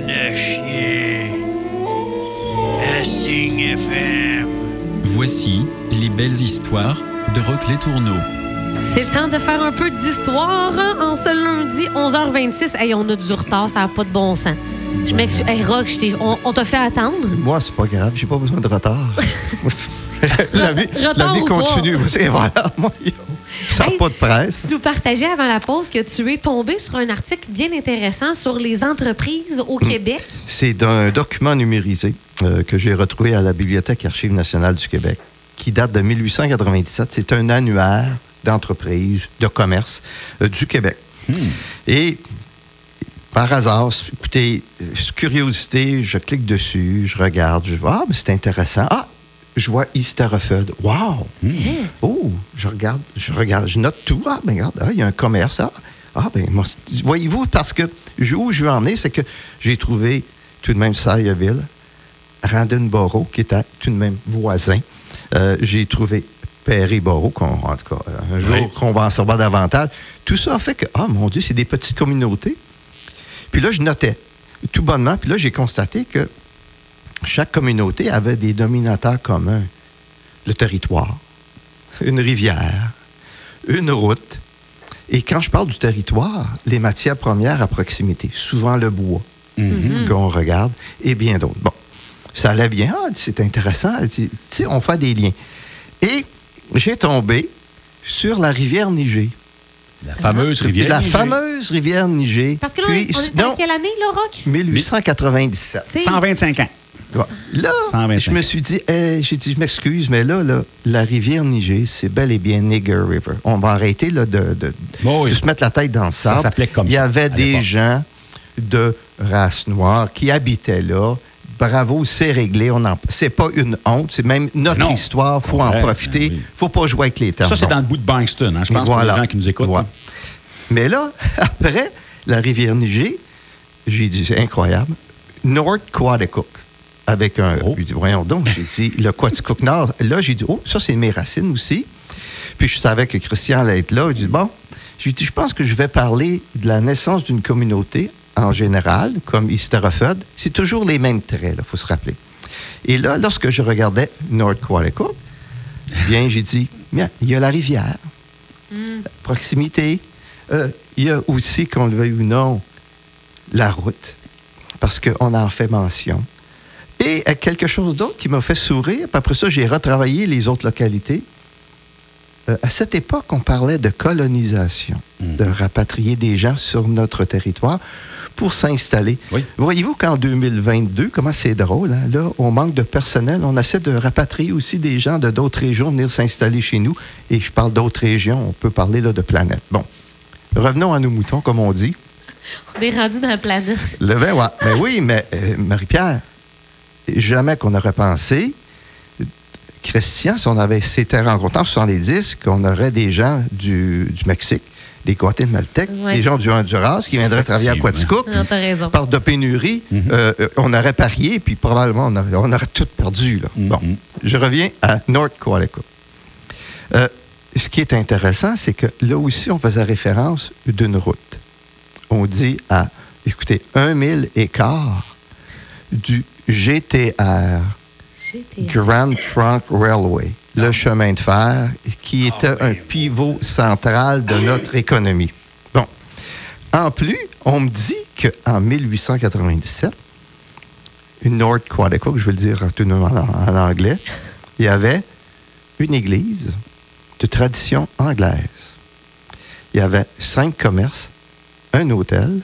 de chien. À Signe FM. Voici les belles histoires de Roch Les Tourneaux. C'est le temps de faire un peu d'histoire en ce lundi 11h26. Hey, on a du retard, ça n'a pas de bon sens. Je m'excuse. Hey, Roch, on t'a fait attendre. Moi, c'est pas grave, j'ai pas besoin de retard. la vie continue. Et voilà, moi, ça n'a pas de presse. Tu nous partageais avant la pause que tu es tombé sur un article bien intéressant sur les entreprises au Québec. C'est d'un document numérisé que j'ai retrouvé à la Bibliothèque Archives nationales du Québec, qui date de 1897. C'est un annuaire d'entreprises, de commerce du Québec. Et par hasard, écoutez, curiosité, je clique dessus, je regarde, je vois, mais c'est intéressant. Ah, je vois Easterfeld. Wow! Oh, je regarde, je note tout. Ah, ben regarde, il y a un commerce. Ah, ben, moi, voyez-vous, parce que où je veux en venir, c'est que j'ai trouvé tout de même Salyerville, Randon-Borough, qui était tout de même voisin. J'ai trouvé Perry-Borough, en tout cas, un jour qu'on va en savoir davantage. Tout ça a fait que, mon Dieu, c'est des petites communautés. Puis là, je notais, tout bonnement, puis là, j'ai constaté que chaque communauté avait des dominateurs communs. Le territoire, une rivière, une route. Et quand je parle du territoire, les matières premières à proximité, souvent le bois qu'on regarde, et bien d'autres. Bon, ça allait bien, c'est intéressant, tu sais, on fait des liens. Et j'ai tombé sur la rivière Niger. La fameuse rivière Niger. La fameuse rivière Niger. Parce que là, on est en quelle année, là, Roch? 1897. 125 ans. Ouais. Là, 125. Je me suis dit, j'ai dit, je m'excuse, mais là, la rivière Niger, c'est bel et bien Nigger River. On va arrêter là, de se mettre la tête dans le sable. Ça s'appelait comme ça. Il y avait des gens de race noire qui habitaient là. Bravo, c'est réglé. C'est pas une honte, c'est même notre histoire. Il faut en profiter. Il ne faut pas jouer avec les termes. Ça, c'est dans le bout de Bankston, je pense, pour les gens qui nous écoutent. Voilà. Mais là, après la rivière Niger, j'ai dit, c'est incroyable, North Quaticook. Avec un... J'ai dit, voyons donc, j'ai dit, le Quaticook Nord. Là, j'ai dit, ça, c'est mes racines aussi. Puis je savais que Christian allait être là. J'ai dit, j'ai dit, je pense que je vais parler de la naissance d'une communauté en général, comme Easterfeld. C'est toujours les mêmes traits, il faut se rappeler. Et là, lorsque je regardais North Quaticook, bien, j'ai dit, bien, il y a la rivière, proximité. Il y a aussi, qu'on le veuille ou non, la route, parce qu'on en fait mention. Et quelque chose d'autre qui m'a fait sourire, puis après ça, j'ai retravaillé les autres localités. À cette époque, on parlait de colonisation, de rapatrier des gens sur notre territoire pour s'installer. Oui. Voyez-vous qu'en 2022, comment c'est drôle, hein? Là, on manque de personnel. On essaie de rapatrier aussi des gens de d'autres régions, venir s'installer chez nous. Et je parle d'autres régions, on peut parler là, de planète. Bon, revenons à nos moutons, comme on dit. On est rendu dans la planète. Mais oui, mais Marie-Pierre, jamais qu'on aurait pensé, Christian, si on s'était rencontré en 70, qu'on aurait des gens du Mexique, des Guatémaltèques, des gens du Honduras qui viendraient travailler à Quaticook. Non, t'as raison. Par de pénurie, on aurait parié, puis probablement, on aurait tout perdu. Là. Bon, je reviens à North Quaticook. Ce qui est intéressant, c'est que là aussi, on faisait référence d'une route. On dit écoutez, 1 000 écarts du GTR, Grand Trunk Railway, le chemin de fer, qui était un pivot central de notre économie. Bon. En plus, on me dit qu'en 1897, North Quaticook, je vais le dire tout de même en anglais, il y avait une église de tradition anglaise. Il y avait 5 commerces, un hôtel.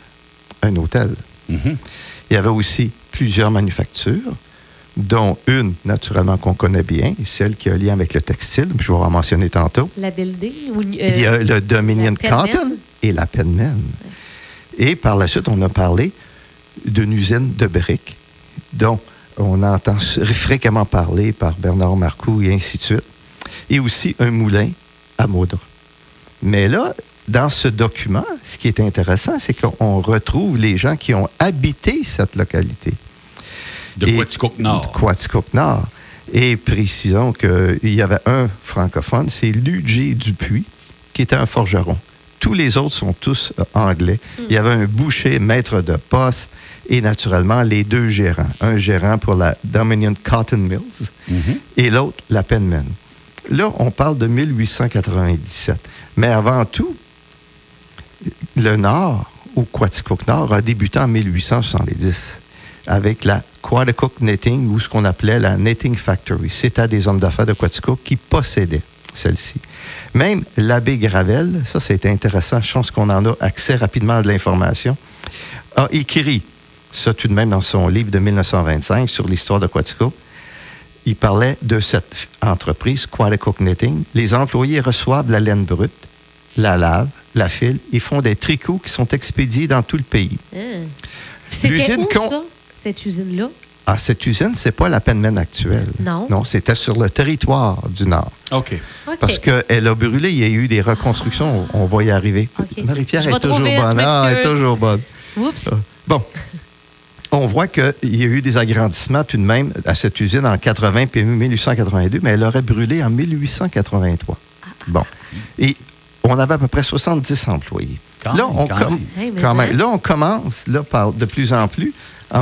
Il y avait aussi plusieurs manufactures, dont une, naturellement, qu'on connaît bien, celle qui a un lien avec le textile, je vais en mentionner tantôt. La Building? Il y a le Dominion Cotton et la Penman. Ouais. Et par la suite, on a parlé d'une usine de briques, dont on entend fréquemment parler par Bernard Marcoux et ainsi de suite. Et aussi un moulin à moudre. Mais là, dans ce document, ce qui est intéressant, c'est qu'on retrouve les gens qui ont habité cette localité. De Quaticook Nord. Quaticook Nord. Et précisons qu'il y avait un francophone, c'est Ludger Dupuis, qui était un forgeron. tous les autres sont tous anglais. Il y avait un boucher, maître de poste, et naturellement, les deux gérants. Un gérant pour la Dominion Cotton Mills et l'autre, la Penman. Là, on parle de 1897. Mais avant tout, le Nord, ou Quaticook Nord, a débuté en 1870 avec la Quaticook Knitting, ou ce qu'on appelait la Knitting Factory. C'était des hommes d'affaires de Quaticook qui possédaient celle-ci. Même l'abbé Gravel, ça c'était intéressant, je pense qu'on en a accès rapidement à de l'information, a écrit ça tout de même dans son livre de 1925 sur l'histoire de Quaticook. Il parlait de cette entreprise, Quaticook Knitting. Les employés reçoivent la laine brute, la lavent, la filent, ils font des tricots qui sont expédiés dans tout le pays. C'était où, ça, cette usine-là? Ah, cette usine, c'est pas la Penman actuelle. Non. Non, c'était sur le territoire du Nord. OK. Parce qu'elle a brûlé, il y a eu des reconstructions, on va y arriver. Okay. Marie-Pierre est toujours bonne. Ah, elle est toujours bonne. Oups. Bon. On voit qu'il y a eu des agrandissements tout de même à cette usine en 80 puis 1882, mais elle aurait brûlé en 1883. Bon. Et on avait à peu près 70 employés. Là, on commence de plus en plus. En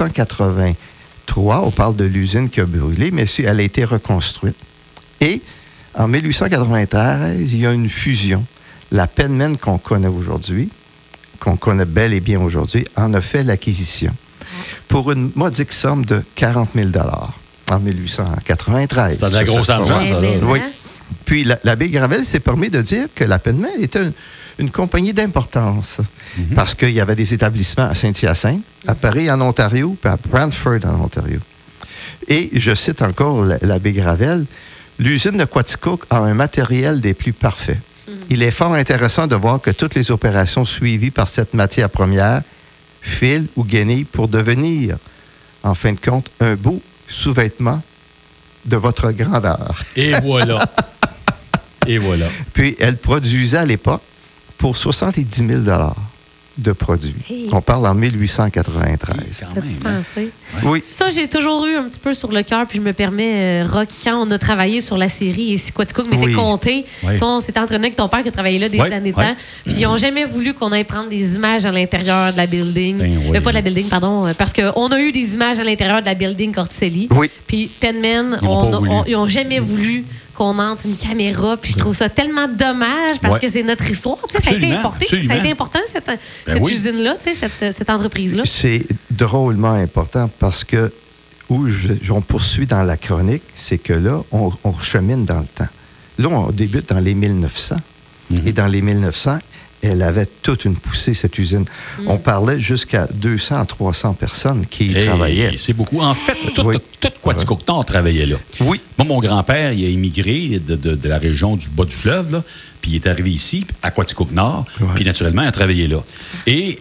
1883, on parle de l'usine qui a brûlé, mais elle a été reconstruite. Et en 1893, il y a une fusion. La Penman qu'on connaît aujourd'hui, qu'on connaît bel et bien aujourd'hui, en a fait l'acquisition pour une modique somme de 40 000 en 1893. C'est de la grosse argent, ça, là. Oui. Puis l'abbé Gravel s'est permis de dire que la Penman était une compagnie d'importance parce qu'il y avait des établissements à Saint-Hyacinthe, à Paris, en Ontario, puis à Brantford, en Ontario. Et je cite encore l'abbé Gravel, l'usine de Quaticook a un matériel des plus parfaits. Il est fort intéressant de voir que toutes les opérations suivies par cette matière première, fil ou guenille, pour devenir, en fin de compte, un beau sous-vêtement de votre grandeur. Et voilà. Et voilà. Puis, elle produisait à l'époque pour 70 000 de produits. Hey. On parle en 1893. T'as-tu pensé? Oui. Ça, j'ai toujours eu un petit peu sur le cœur, puis je me permets, Rock, quand on a travaillé sur la série et si Quaticook m'était compté, on s'était entraîné avec ton père qui a travaillé là des années de temps, puis ils n'ont jamais voulu qu'on aille prendre des images à l'intérieur de la building. Pas de la building, pardon, parce qu'on a eu des images à l'intérieur de la building Corticelli. Oui. Puis Penman, ils n'ont jamais voulu qu'on entre une caméra, puis je trouve ça tellement dommage parce que c'est notre histoire. Ça a été important, cette usine-là, cette entreprise-là. C'est drôlement important parce que où on poursuit dans la chronique, c'est que là, on chemine dans le temps. Là, on débute dans les 1900. Et dans les 1900, elle avait toute une poussée, cette usine. On parlait jusqu'à 200 à 300 personnes qui y travaillaient. C'est beaucoup. En fait, tout Quaticook Nord travaillait là. Oui. Moi, mon grand-père, il a immigré de la région du bas du fleuve, là, puis il est arrivé ici, à Quaticook Nord, puis naturellement, il a travaillé là. Et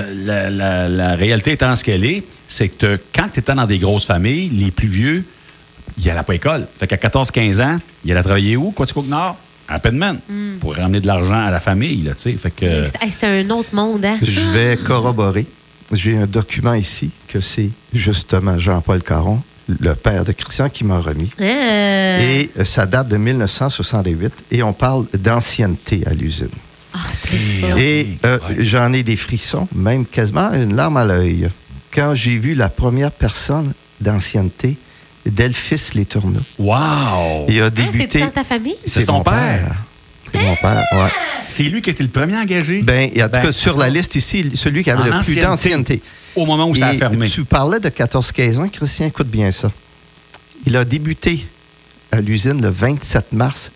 la réalité étant ce qu'elle est, c'est que quand tu étais dans des grosses familles, les plus vieux, ils n'allaient pas à l'école. Fait qu'à 14-15 ans, il allait travailler où, Quaticook Nord? À Penman, pour ramener de l'argent à la famille, là, tu sais. Fait que... C'était un autre monde, hein? Je vais corroborer. J'ai un document ici que c'est justement Jean-Paul Caron, le père de Christian, qui m'a remis. Et ça date de 1968 et on parle d'ancienneté à l'usine. Et j'en ai des frissons, même quasiment une larme à l'œil. Quand j'ai vu la première personne d'ancienneté, Delphis Les Tourneaux. Wow! Il a débuté. C'est-tu dans ta famille? C'est son père. C'est mon père, oui. C'est lui qui était le premier engagé? Bien, en tout cas, sur la liste ici, celui qui avait le plus d'ancienneté. Au moment où ça a fermé. Tu parlais de 14-15 ans, Christian, écoute bien ça. Il a débuté à l'usine le 27 mars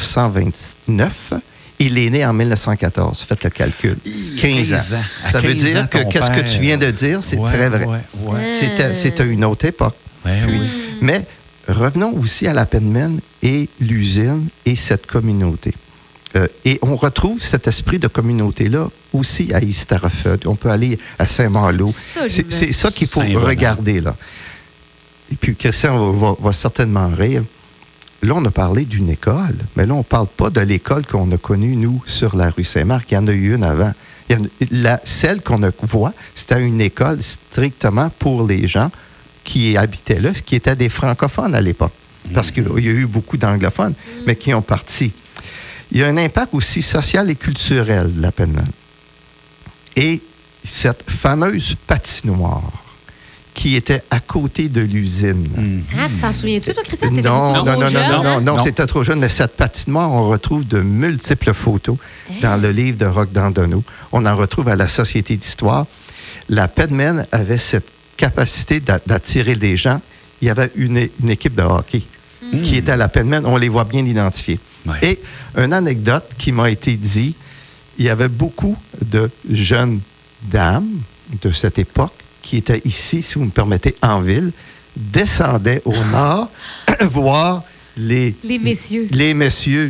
1929. Il est né en 1914. Faites le calcul. 15 ans. Ça veut dire que qu'est-ce que tu viens de dire, c'est très vrai. C'était une autre époque. Oui. Mais revenons aussi à la Penman et l'usine et cette communauté. Et on retrouve cet esprit de communauté-là aussi à East-Arrowhead. On peut aller à Saint-Malo. C'est ça qu'il faut regarder, là. Et puis, Christian va certainement rire. Là, on a parlé d'une école, mais là, on ne parle pas de l'école qu'on a connue, nous, sur la rue Saint-Marc. Il y en a eu une avant. Celle qu'on voit, c'était une école strictement pour les gens qui habitaient là, qui étaient des francophones à l'époque. Parce qu'il y a eu beaucoup d'anglophones, mais qui ont parti. Il y a un impact aussi social et culturel de la Penman. Et cette fameuse patinoire qui était à côté de l'usine. Ah, tu t'en souviens-tu, toi, Christian? T'étais Non, c'était trop jeune, mais cette patinoire, on retrouve de multiples photos dans le livre de Roch Dandonneau. On en retrouve à la Société d'histoire. La Penman avait cette capacité d'attirer des gens. Il y avait une équipe de hockey qui était à la Penman. On les voit bien identifiés. Ouais. Et une anecdote qui m'a été dit, il y avait beaucoup de jeunes dames de cette époque qui étaient ici, si vous me permettez, en ville, descendaient au nord voir les messieurs. Les messieurs.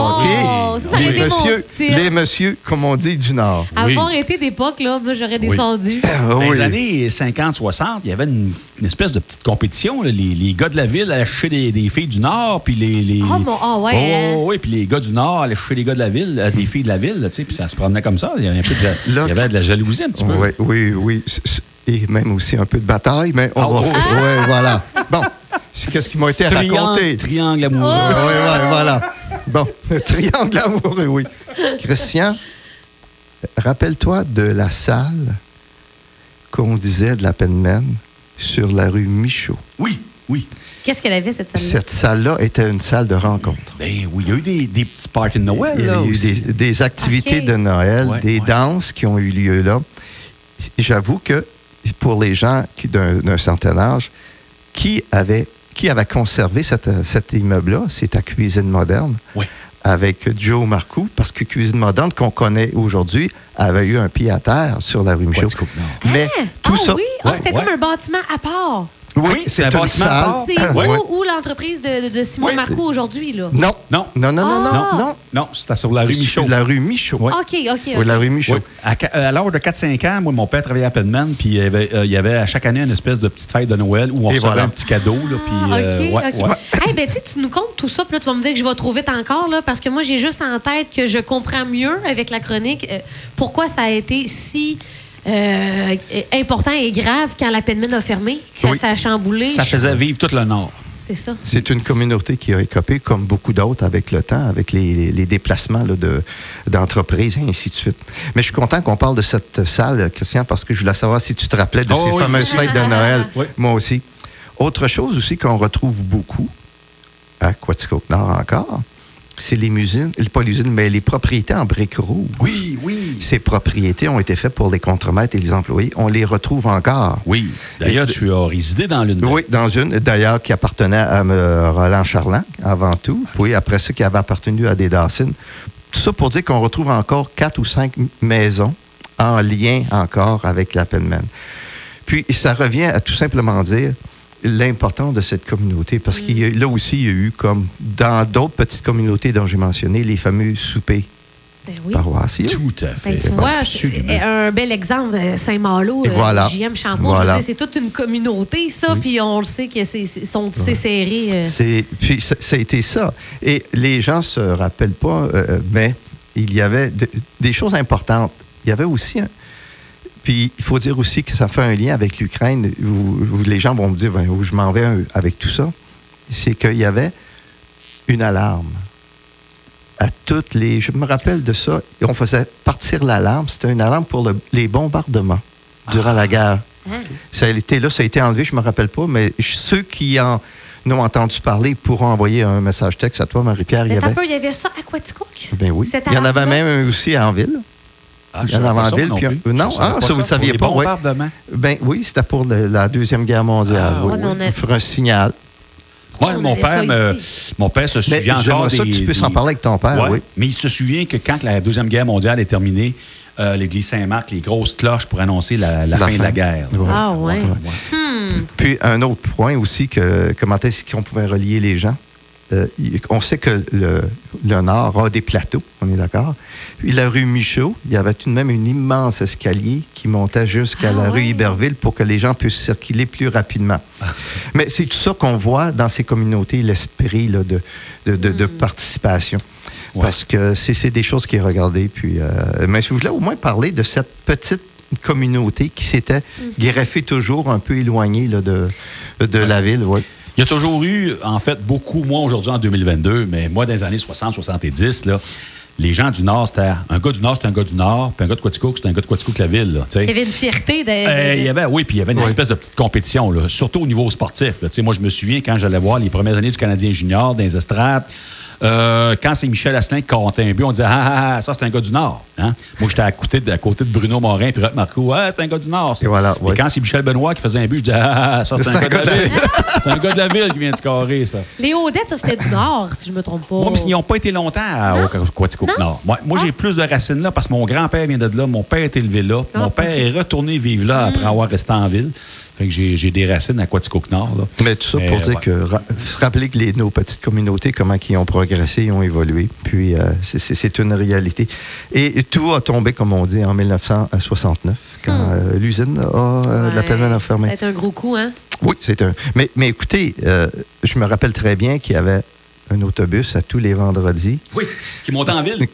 Les messieurs, comme on dit, du Nord. Avoir été d'époque, là, moi, j'aurais descendu. Dans les années 50-60, il y avait une espèce de petite compétition. Là. Les gars de la ville allaient chercher des filles du Nord, puis puis les gars du Nord allaient chercher les gars de la ville, des filles de la ville, puis ça se promenait comme ça. Il y avait de la jalousie un petit peu. Oui. Et même aussi un peu de bataille, mais on va... Oui, voilà. Bon. Qu'est-ce qui m'a été raconté? Triangle amoureux. Oui, voilà. Bon, triangle amoureux, oui. Christian, rappelle-toi de la salle qu'on disait de la Penman sur la rue Michaud. Oui. Qu'est-ce qu'elle avait, cette salle-là? Cette salle-là était une salle de rencontre. Ben oui, il y a eu des petits parties de Noël, là aussi. Il y a eu des activités de Noël, des danses qui ont eu lieu là. J'avoue que pour les gens d'un certain âge, qui avait conservé cet immeuble-là, c'est ta Cuisine Moderne, avec Joe Marcoux, parce que Cuisine Moderne, qu'on connaît aujourd'hui, avait eu un pied à terre sur la rue Michaud. Mais tout ça... c'était comme un bâtiment à part. Oui, c'est un bâtiment à part. C'est où l'entreprise de Simon Marcoux aujourd'hui, là? Non, c'était sur la rue Michaud. La rue Michaud. OK. Oui, la rue Michaud. À l'âge de 4-5 ans, moi, mon père travaillait à Penman, puis il y avait à chaque année une espèce de petite fête de Noël où on recevait un petit cadeau. Là, tu nous comptes tout ça, puis là, tu vas me dire que je vais trop vite encore, là, parce que moi, j'ai juste en tête que je comprends mieux avec la chronique pourquoi ça a été si... important et grave quand la Penman a fermé, que ça a chamboulé. Ça faisait vivre tout le Nord. C'est ça. C'est une communauté qui a écopé, comme beaucoup d'autres, avec le temps, avec les déplacements là, d'entreprises et ainsi de suite. Mais je suis content qu'on parle de cette salle, Christian, parce que je voulais savoir si tu te rappelais de ces fameuses fêtes de Noël. Moi aussi. Autre chose aussi qu'on retrouve beaucoup à Quaticook-Nord encore, c'est pas l'usine, mais les propriétés en briques rouges. Oui. Ces propriétés ont été faites pour les contremaîtres et les employés. On les retrouve encore. Oui. D'ailleurs, tu as résidé dans l'une. Oui, dans une, d'ailleurs, qui appartenait à Roland Charland, avant tout. Puis après ça, qui avait appartenu à des Dawson. Tout ça pour dire qu'on retrouve encore 4 ou 5 maisons en lien encore avec la Penman. Puis, ça revient à tout simplement dire l'importance de cette communauté, parce qu'il là aussi, il y a eu, comme dans d'autres petites communautés dont j'ai mentionné, les fameux soupers paroissiaux. Tout à fait. Tu vois, un bel exemple, Saint-Malo, JM Champeau, c'est toute une communauté, ça, puis on le sait que c'est serré. Puis ça a été ça. Et les gens se rappellent pas, mais il y avait des choses importantes. Il y avait aussi Puis, il faut dire aussi que ça fait un lien avec l'Ukraine, où les gens vont me dire où je m'en vais avec tout ça. C'est qu'il y avait une alarme. Je me rappelle de ça. On faisait partir l'alarme. C'était une alarme pour les bombardements durant la guerre. Ça a été enlevé, je ne me rappelle pas, mais ceux qui en ont entendu parler pourront envoyer un message texte à toi, Marie-Pierre. Il y avait ça à Quaticook? Ben oui. Il y en avait même aussi en ville. Il y en avait en ville. Non, ça, vous ne saviez pas. Ben oui, c'était pour la Deuxième Guerre mondiale. Pour un signal. Oui, mon père se souvient encore ça que tu puisses en parler avec ton père, oui. Mais il se souvient que quand la Deuxième Guerre mondiale est terminée, l'église Saint-Marc, les grosses cloches pour annoncer la fin de la guerre. Ouais. Puis un autre point aussi, comment est-ce qu'on pouvait relier les gens? On sait que le Nord a des plateaux, on est d'accord. Puis la rue Michaud, il y avait tout de même un immense escalier qui montait jusqu'à la rue Iberville pour que les gens puissent circuler plus rapidement. Mais c'est tout ça qu'on voit dans ces communautés, l'esprit là, de participation. Parce que c'est des choses qui est regardées. Puis, mais je voulais au moins parler de cette petite communauté qui s'était greffée toujours un peu éloignée là, de la ville. Il y a toujours eu, en fait, beaucoup moins aujourd'hui en 2022, mais moi, dans les années 60-70, là, les gens du Nord, c'était un gars du Nord, c'était un gars du Nord, puis un gars de Quaticook, c'était un gars de Quaticook-la-Ville. Il y avait une fierté oui, puis il y avait une espèce de petite compétition, là, surtout au niveau sportif. Là. Moi, je me souviens quand j'allais voir les premières années du Canadien junior dans les estrades, quand c'est Michel Asselin qui comptait un but, on disait ça, c'est un gars du Nord. Hein? Moi, j'étais à côté de Bruno Morin puis Roch Marcoux. C'est un gars du Nord. Ça. Et quand c'est Michel Benoît qui faisait un but, je disais ça, c'est un gars de la ville. C'est un gars de la ville qui vient de scorer, ça. Les Audettes, ça, c'était du Nord, si je me trompe pas. Moi, mais ils n'ont pas été longtemps au Quaticook-Nord. Moi, j'ai plus de racines là parce que mon grand-père vient de là, mon père est élevé là, mon père est retourné vivre là après avoir resté en ville. Fait que j'ai des racines à Quaticook-Nord. Mais tout ça pour dire que rappeler que nos petites communautés, comment ils ont progressé, ils ont évolué. Puis c'est une réalité. Et tout a tombé, comme on dit, en 1969, quand l'usine de la Plaine a fermé. Ça a été un gros coup, hein? Oui, c'est un. Mais écoutez, je me rappelle très bien qu'il y avait un autobus à tous les vendredis. Oui, qui montait en ville.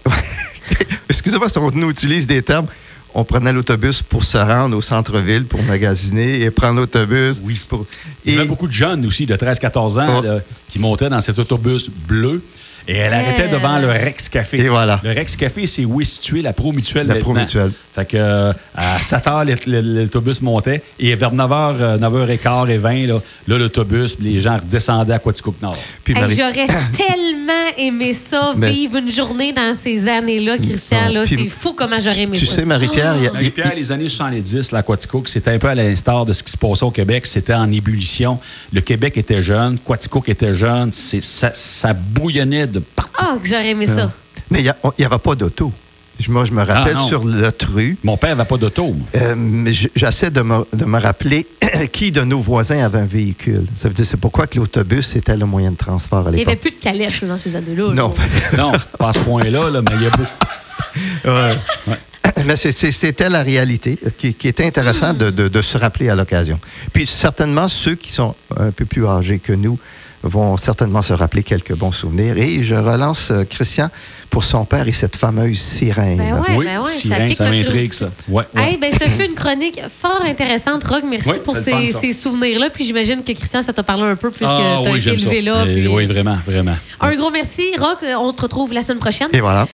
Excusez-moi si on nous utilise des termes. On prenait l'autobus pour se rendre au centre-ville, pour magasiner et prendre l'autobus. Oui. Il y avait beaucoup de jeunes aussi, de 13-14 ans, là, qui montaient dans cet autobus bleu. Et elle arrêtait devant le Rex Café. Et voilà. Le Rex Café, c'est où est située la Pro-Mutuelle. La Pro-Mutuelle. Fait que à 7 h, l'autobus montait. Et vers 9 h, 9h15 et 20, là l'autobus, les gens redescendaient à Quaticook-Nord. J'aurais tellement aimé ça, vivre une journée dans ces années-là, Christian. Là, c'est fou comment j'aurais aimé ça. Tu sais, Marie-Pierre... Marie-Pierre, les années 70, la Quaticook, c'était un peu à l'instar de ce qui se passait au Québec. C'était en ébullition. Le Québec était jeune, Quaticook était jeune. Ça bouillonnait de partout. Ah, que j'aurais aimé ça. Mais il n'y avait pas d'auto. Moi, je me rappelle sur l'autru. Mon père n'avait pas d'auto. Mais j'essaie de me rappeler qui de nos voisins avait un véhicule. Ça veut dire, c'est pourquoi que l'autobus était le moyen de transport à l'époque. Il n'y avait plus de calèche dans ces années-là. Non. Non, pas à ce point-là, là, mais il y a beaucoup. Ouais. Mais c'était la réalité qui était intéressant de se rappeler à l'occasion. Puis certainement, ceux qui sont un peu plus âgés que nous vont certainement se rappeler quelques bons souvenirs. Et je relance Christian pour son père et cette fameuse sirène. Oui, sirène, ça m'intrigue, ça. Ouais. Ce fut une chronique fort intéressante. Roch, merci pour ces souvenirs-là. Puis j'imagine que Christian, ça t'a parlé un peu plus que tu as été élevé là. Oui, vraiment, vraiment. Un gros merci. Roch, on te retrouve la semaine prochaine. Et voilà.